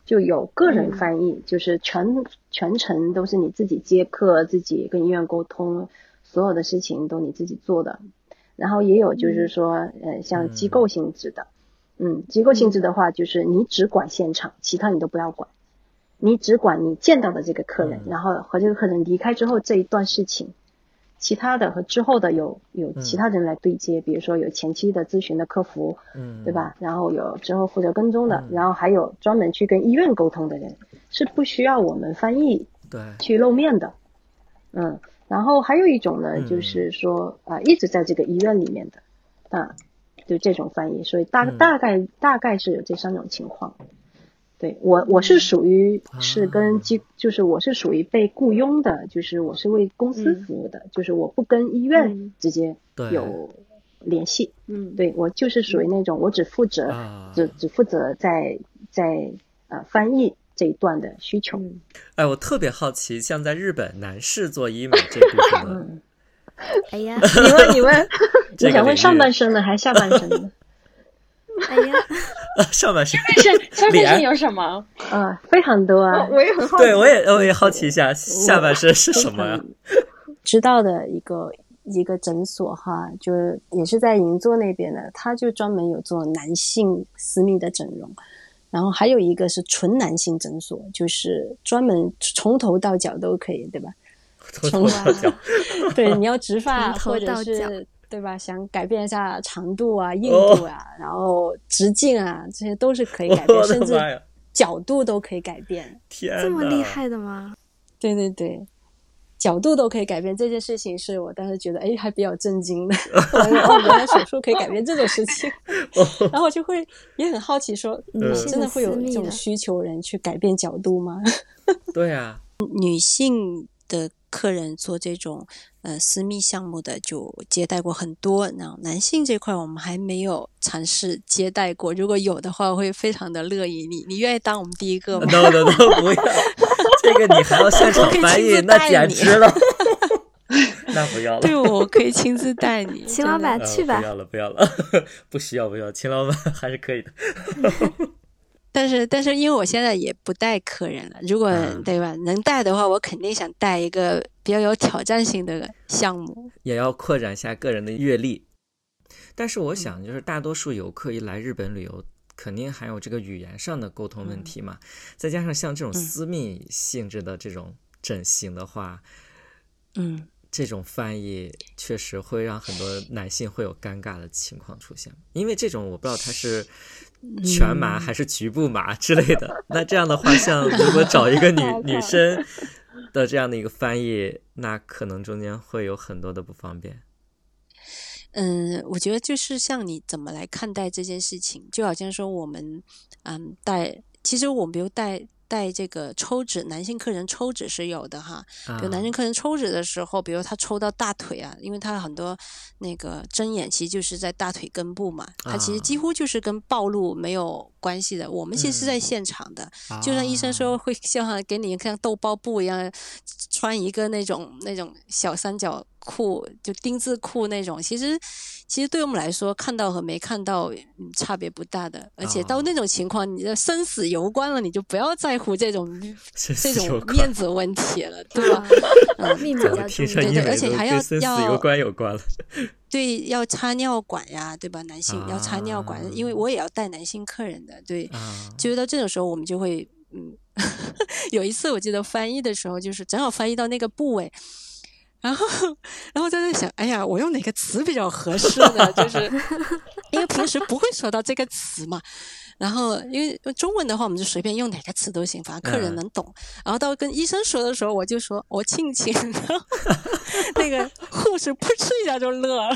就有个人翻译，就是全程都是你自己接客，自己跟医院沟通，所有的事情都你自己做的。然后也有就是说像机构性质的，机构性质的话就是你只管现场，其他你都不要管，你只管你见到的这个客人，然后和这个客人离开之后这一段事情，其他的和之后的有其他人来对接，比如说有前期的咨询的客服，对吧？然后有之后负责跟踪的，然后还有专门去跟医院沟通的人，是不需要我们翻译去露面的。然后还有一种呢，就是说一直在这个医院里面的就这种翻译，所以大概是有这3种情况。对，我是属于是跟就是我是属于被雇佣的，就是我是为公司服务的，就是我不跟医院直接有联系。对，我就是属于那种我只负责只负责在翻译这一段的需求。 哎，我特别好奇，像在日本男士做医美这部分的哎呀， 你问你想问上半身的还是下半身的？ 哎呀， 上半身有什么？ 非常多啊！ 我也很好奇。 对，我也好奇一下，下半身是什么呀？ 知道的一个诊所哈，就是也是在银座那边的，他就专门有做男性私密的整容，然后还有一个是纯男性诊所，就是专门从头到脚都可以，对吧？ 从头到脚， 对，你要直发或者是。对吧？想改变一下长度啊、硬度啊，然后直径啊，这些都是可以改变，甚至角度都可以改变。 天哪， 这么厉害的吗？ 对对对，角度都可以改变，这件事情是我当时觉得还比较震惊的。原来手术可以改变这种事情，然后就会也很好奇说，真的会有这种需求人去改变角度吗？ 对啊， 女性的客人做这种私密项目的就接待过很多，那男性这块我们还没有尝试接待过，如果有的话我会非常的乐意。你愿意当我们第一个吗？ No 不要，这个你还要现场翻译，那简直了。那不要了。 对，我可以亲自带你。 秦老板去吧。 不要了，不需要，秦老板还是可以的。 但是因为我现在也不带客人了，如果对吧能带的话，我肯定想带一个比较有挑战性的项目， 也要扩展一下个人的阅历。但是我想就是大多数游客一来日本旅游，肯定还有这个语言上的沟通问题嘛，再加上像这种私密性质的这种整形的话，这种翻译确实会让很多男性会有尴尬的情况出现，因为这种我不知道它是全麻还是局部麻之类的。那这样的话，像如果找一个女生的这样的一个翻译，那可能中间会有很多的不方便。 我觉得就是像你怎么来看待这件事情，就好像说我们其实我们比如带这个抽脂，男性客人抽脂是有的哈。比如男性客人抽脂的时候，比如他抽到大腿啊，因为他很多那个针眼其实就是在大腿根部嘛，他其实几乎就是跟暴露没有关系的。我们其实是在现场的，就像医生说会像给你像豆包布一样穿一个那种小三角裤，就丁字裤那种，其实对我们来说看到和没看到差别不大的。而且到那种情况，你的生死攸关了，你就不要在乎这种面子问题了，对吧？ 密码要重对，而且还要生死攸关有关了。 对，要插尿管呀，对吧？男性要插尿管，因为我也要带男性客人的，对，就是到这种时候我们就会有一次我记得翻译的时候，就是正好翻译到那个部位。然后在那想，哎呀，我用哪个词比较合适呢？就是因为平时不会说到这个词嘛。然后因为中文的话，我们就随便用哪个词都行，反正客人能懂。然后到跟医生说的时候，我就说我庆幸，然后那个护士噗嗤一下就乐了。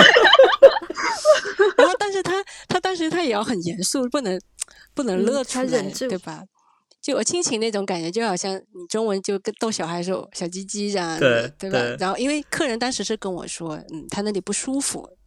然后但是他当时他也要很严肃，不能乐出来，对吧？就我亲情那种感觉，就好像你中文就跟逗小孩说小鸡鸡这样，对吧？然后因为客人当时是跟我说，他那里不舒服，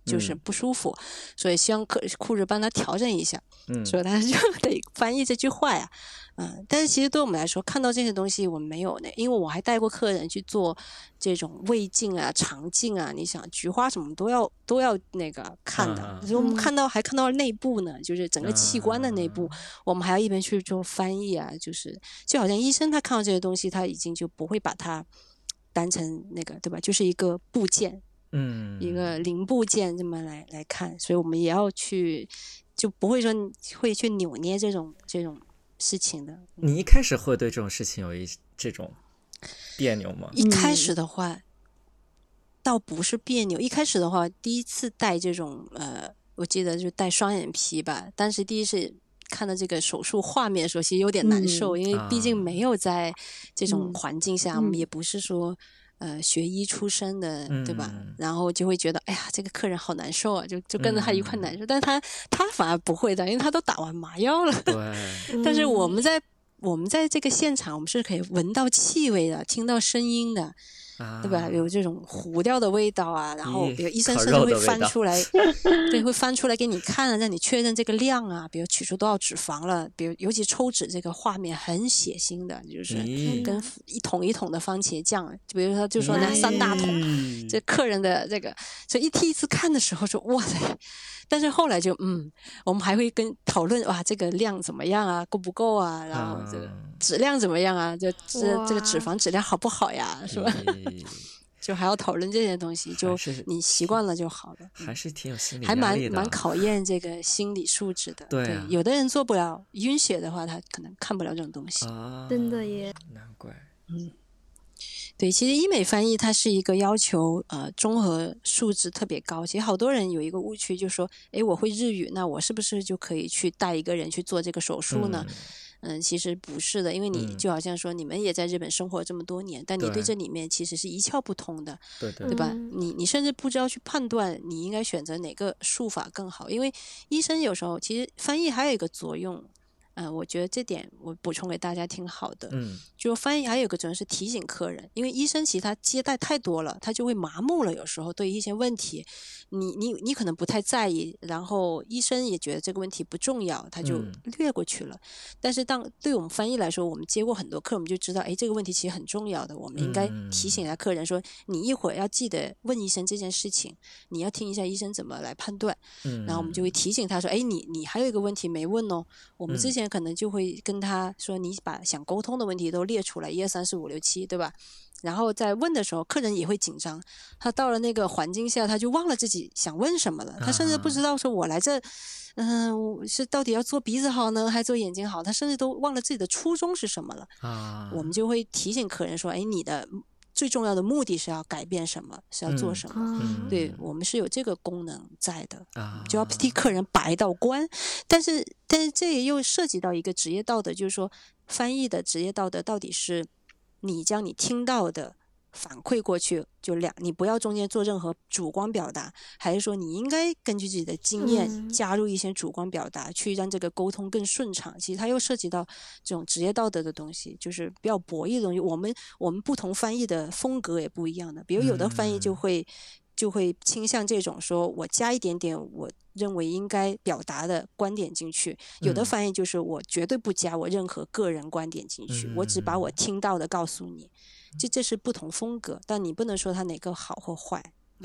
就是不舒服，所以希望护士帮他调整一下，所以他就得翻译这句话呀。但是其实对我们来说，看到这些东西我们没有呢，因为我还带过客人去做这种胃镜啊、肠镜啊，你想菊花什么都要那个看的，所以我们还看到内部呢，就是整个器官的内部，我们还要一边去做翻译啊，就好像医生他看到这些东西，他已经就不会把它当成那个，对吧？就是一个部件，一个零部件这么来看，所以我们也要去，就不会说会去扭捏这种事情的。 你一开始会对这种事情有这种别扭吗？ 一开始的话，倒不是别扭。一开始的话，第一次戴这种我记得就戴双眼皮吧。当时第一次看到这个手术画面的时候，其实有点难受，因为毕竟没有在这种环境下，我们也不是说学医出身的，对吧？然后就会觉得，哎呀，这个客人好难受啊，就跟着他一块难受。但他反而不会的，因为他都打完麻药了。 对。 但是我们在这个现场，我们是可以闻到气味的，听到声音的。对吧？有这种糊掉的味道啊，然后比如医生甚至会翻出来，对，会翻出来给你看啊，让你确认这个量啊，比如取出多少脂肪了，比如尤其抽脂这个画面很血腥的，就是跟一桶一桶的番茄酱，比如说就说那3大桶，这客人的这个，所以第一次看的时候说哇塞，但是后来就我们还会讨论哇这个量怎么样啊，够不够啊，然后这个质量怎么样啊，这个脂肪质量好不好呀，是吧？就还要讨论这些东西，就你习惯了就好了。 还是挺有心理压力的， 还蛮考验这个心理素质的。 对， 有的人做不了晕血的话，他可能看不了这种东西。 真的耶， 难怪。 对，其实医美翻译它是一个要求综合素质特别高。其实好多人有一个误区，就说，我会日语，那我是不是就可以去带一个人去做这个手术呢？其实不是的，因为你就好像说你们也在日本生活这么多年，但你对这里面其实是一窍不通的，对吧？你甚至不知道去判断你应该选择哪个术法更好，因为医生有时候其实翻译还有一个作用。我觉得这点我补充给大家挺好的。就翻译还有一个作用是提醒客人，因为医生其实他接待太多了，他就会麻木了。有时候对一些问题，你可能不太在意，然后医生也觉得这个问题不重要，他就略过去了。但是对我们翻译来说，我们接过很多课，我们就知道，这个问题其实很重要的，我们应该提醒一下客人说，你一会儿要记得问医生这件事情，你要听一下医生怎么来判断。然后我们就会提醒他说，你还有一个问题没问哦，我们之前可能就会跟他说，你把想沟通的问题都列出来，1、2、3、4、5、6、7，对吧？然后在问的时候，客人也会紧张，他到了那个环境下，他就忘了自己想问什么了，他甚至不知道说我来这是到底要做鼻子好呢还是做眼睛好，他甚至都忘了自己的初衷是什么了。我们就会提醒客人说，你的最重要的目的是要改变什么，是要做什么。对，我们是有这个功能在的，就要替客人把一道关。但是这也又涉及到一个职业道德，就是说翻译的职业道德到底是你将你听到的反馈过去，你不要中间做任何主观表达，还是说你应该根据自己的经验加入一些主观表达，去让这个沟通更顺畅。其实它又涉及到这种职业道德的东西，就是比较博弈的东西。我们不同翻译的风格也不一样的，比如有的翻译就会倾向这种说我加一点点我认为应该表达的观点进去，有的翻译就是我绝对不加我任何个人观点进去，我只把我听到的告诉你。这是不同风格，但你不能说它哪个好或坏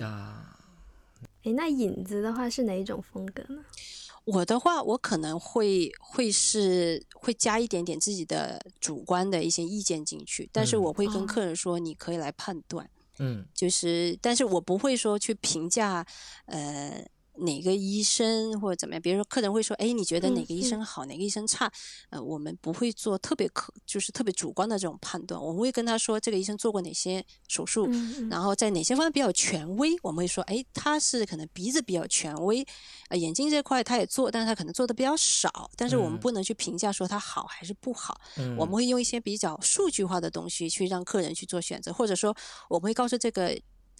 那影子的话是哪一种风格呢？ 我的话，我可能会加一点点自己的主观的一些意见进去，但是我会跟客人说，你可以来判断。但是我不会说去评价哪个医生或者怎么样，比如说客人会说，你觉得哪个医生好，哪个医生差，我们不会做就是特别主观的这种判断，我们会跟他说这个医生做过哪些手术，然后在哪些方面比较权威，我们会说，他是可能鼻子比较权威，眼睛这块他也做，但是他可能做的比较少，但是我们不能去评价说他好还是不好，我们会用一些比较数据化的东西去让客人去做选择，或者说我们会告诉这个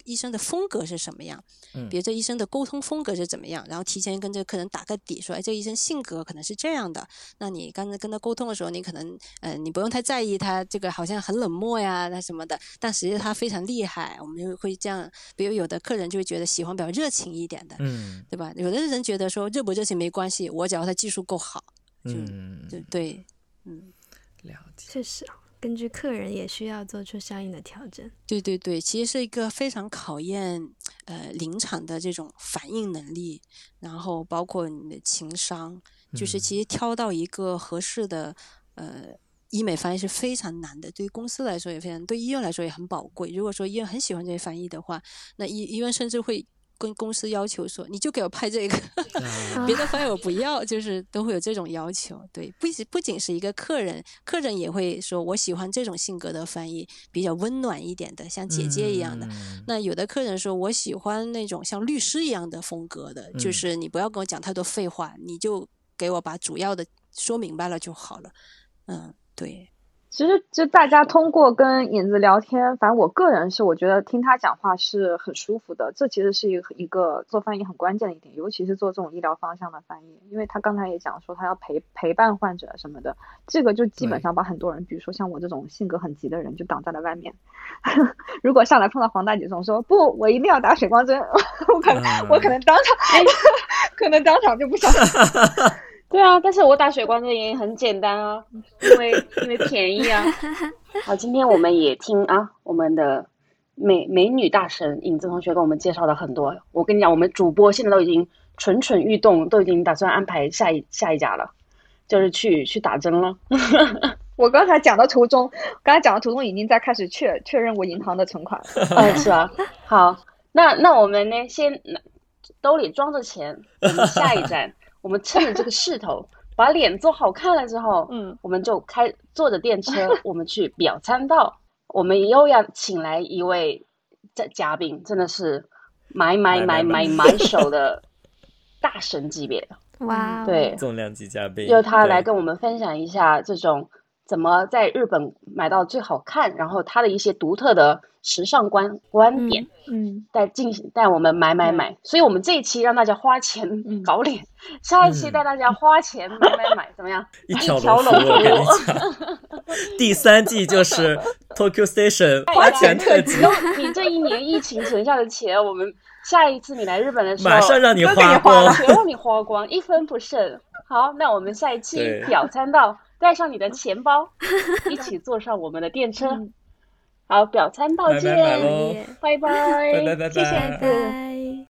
医生的风格是什么样，比如这医生的沟通风格是怎么样，然后提前跟这个客人打个底，说，哎，这个医生性格可能是这样的，那你刚才跟他沟通的时候，你可能你不用太在意他这个好像很冷漠呀，那什么的，但实际他非常厉害，我们就会这样，比如有的客人就会觉得喜欢比较热情一点的，对吧？有的人觉得说热不热情没关系，我只要他技术够好，就对， 了解， 确实根据客人也需要做出相应的调整。 对对对，其实是一个非常考验临场的这种反应能力，然后包括你的情商，就是其实挑到一个合适的医美翻译是非常难的，对于公司来说也非常，对医院来说也很宝贵。如果说医院很喜欢这些翻译的话，那医院甚至会跟公司要求说，你就给我拍这个别的翻译我不要，就是都会有这种要求。对，不仅是一个客人也会说我喜欢这种性格的翻译，比较温暖一点的，像姐姐一样的。那有的客人说我喜欢那种像律师一样的风格的，就是你不要跟我讲太多废话，你就给我把主要的说明白了就好了。对。 其实就大家通过跟影子聊天，反正我个人是我觉得听他讲话是很舒服的，这其实是一个做翻译很关键的一点，尤其是做这种医疗方向的翻译，因为他刚才也讲说他要陪伴患者什么的，这个就基本上把很多人，比如说像我这种性格很急的人就挡在了外面如果上来碰到黄大姐这种说不我一定要打水光针我可能当场可能当场就不想对啊，但是我打水光针也很简单啊，因为便宜啊。好，今天我们也听啊，我们的美女大神影子同学跟我们介绍了很多。我跟你讲，我们主播现在都已经蠢蠢欲动，都已经打算安排下一家了，就是去打针了。 我刚才讲的途中已经在开始确认我银行的存款了。 是吧？好，那我们呢，先兜里装着钱，我们下一站。我们趁着这个势头，把脸做好看了之后，我们就坐着电车，我们去表参道。我们又要请来一位嘉宾，真的是买手的大神级别的， 哇， 对， 重量级嘉宾， 由他来跟我们分享一下这种怎么在日本买到最好看，然后他的一些独特的时尚观点，带我们买，所以我们这一期让大家花钱搞脸，下一期带大家花钱买，怎么样？一条龙服务， 我跟你讲，第3季就是 Tokyo Station 花钱特辑。 你这一年疫情存下的钱，我们下一次你来日本的时候， 马上让你花光， 全让你花光，一分不剩。好，那我们下一期表参道。带上你的钱包，一起坐上我们的电车。好，表参道见，拜拜， 谢谢， 拜拜。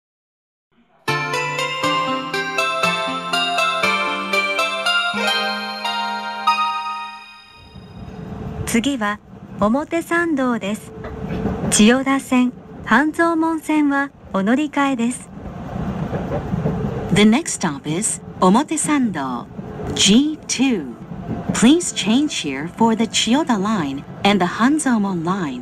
次は表参道です。千代田線、半蔵門線はお乗り換えです。The next stop is 表参道 G2.Please change here for the Chiyoda line and the Hanzomon line.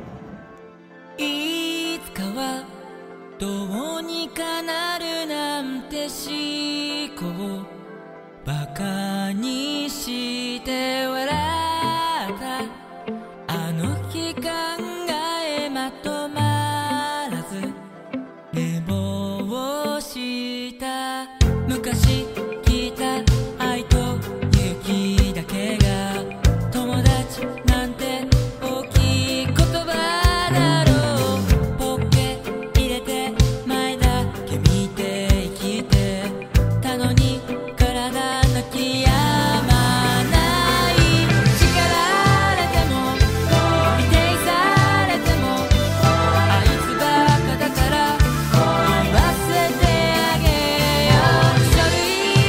いつかはどうにかなるなんて思考バカにして笑ったあの日考えまとまらず寝坊した昔聞いた愛とだけが友達なんて大きい言葉だろうポッケ入れて前だけ見て生きてたのに体泣き止まない叱られても否定されてもあいつバカだから言わせてあげよう書類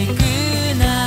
くな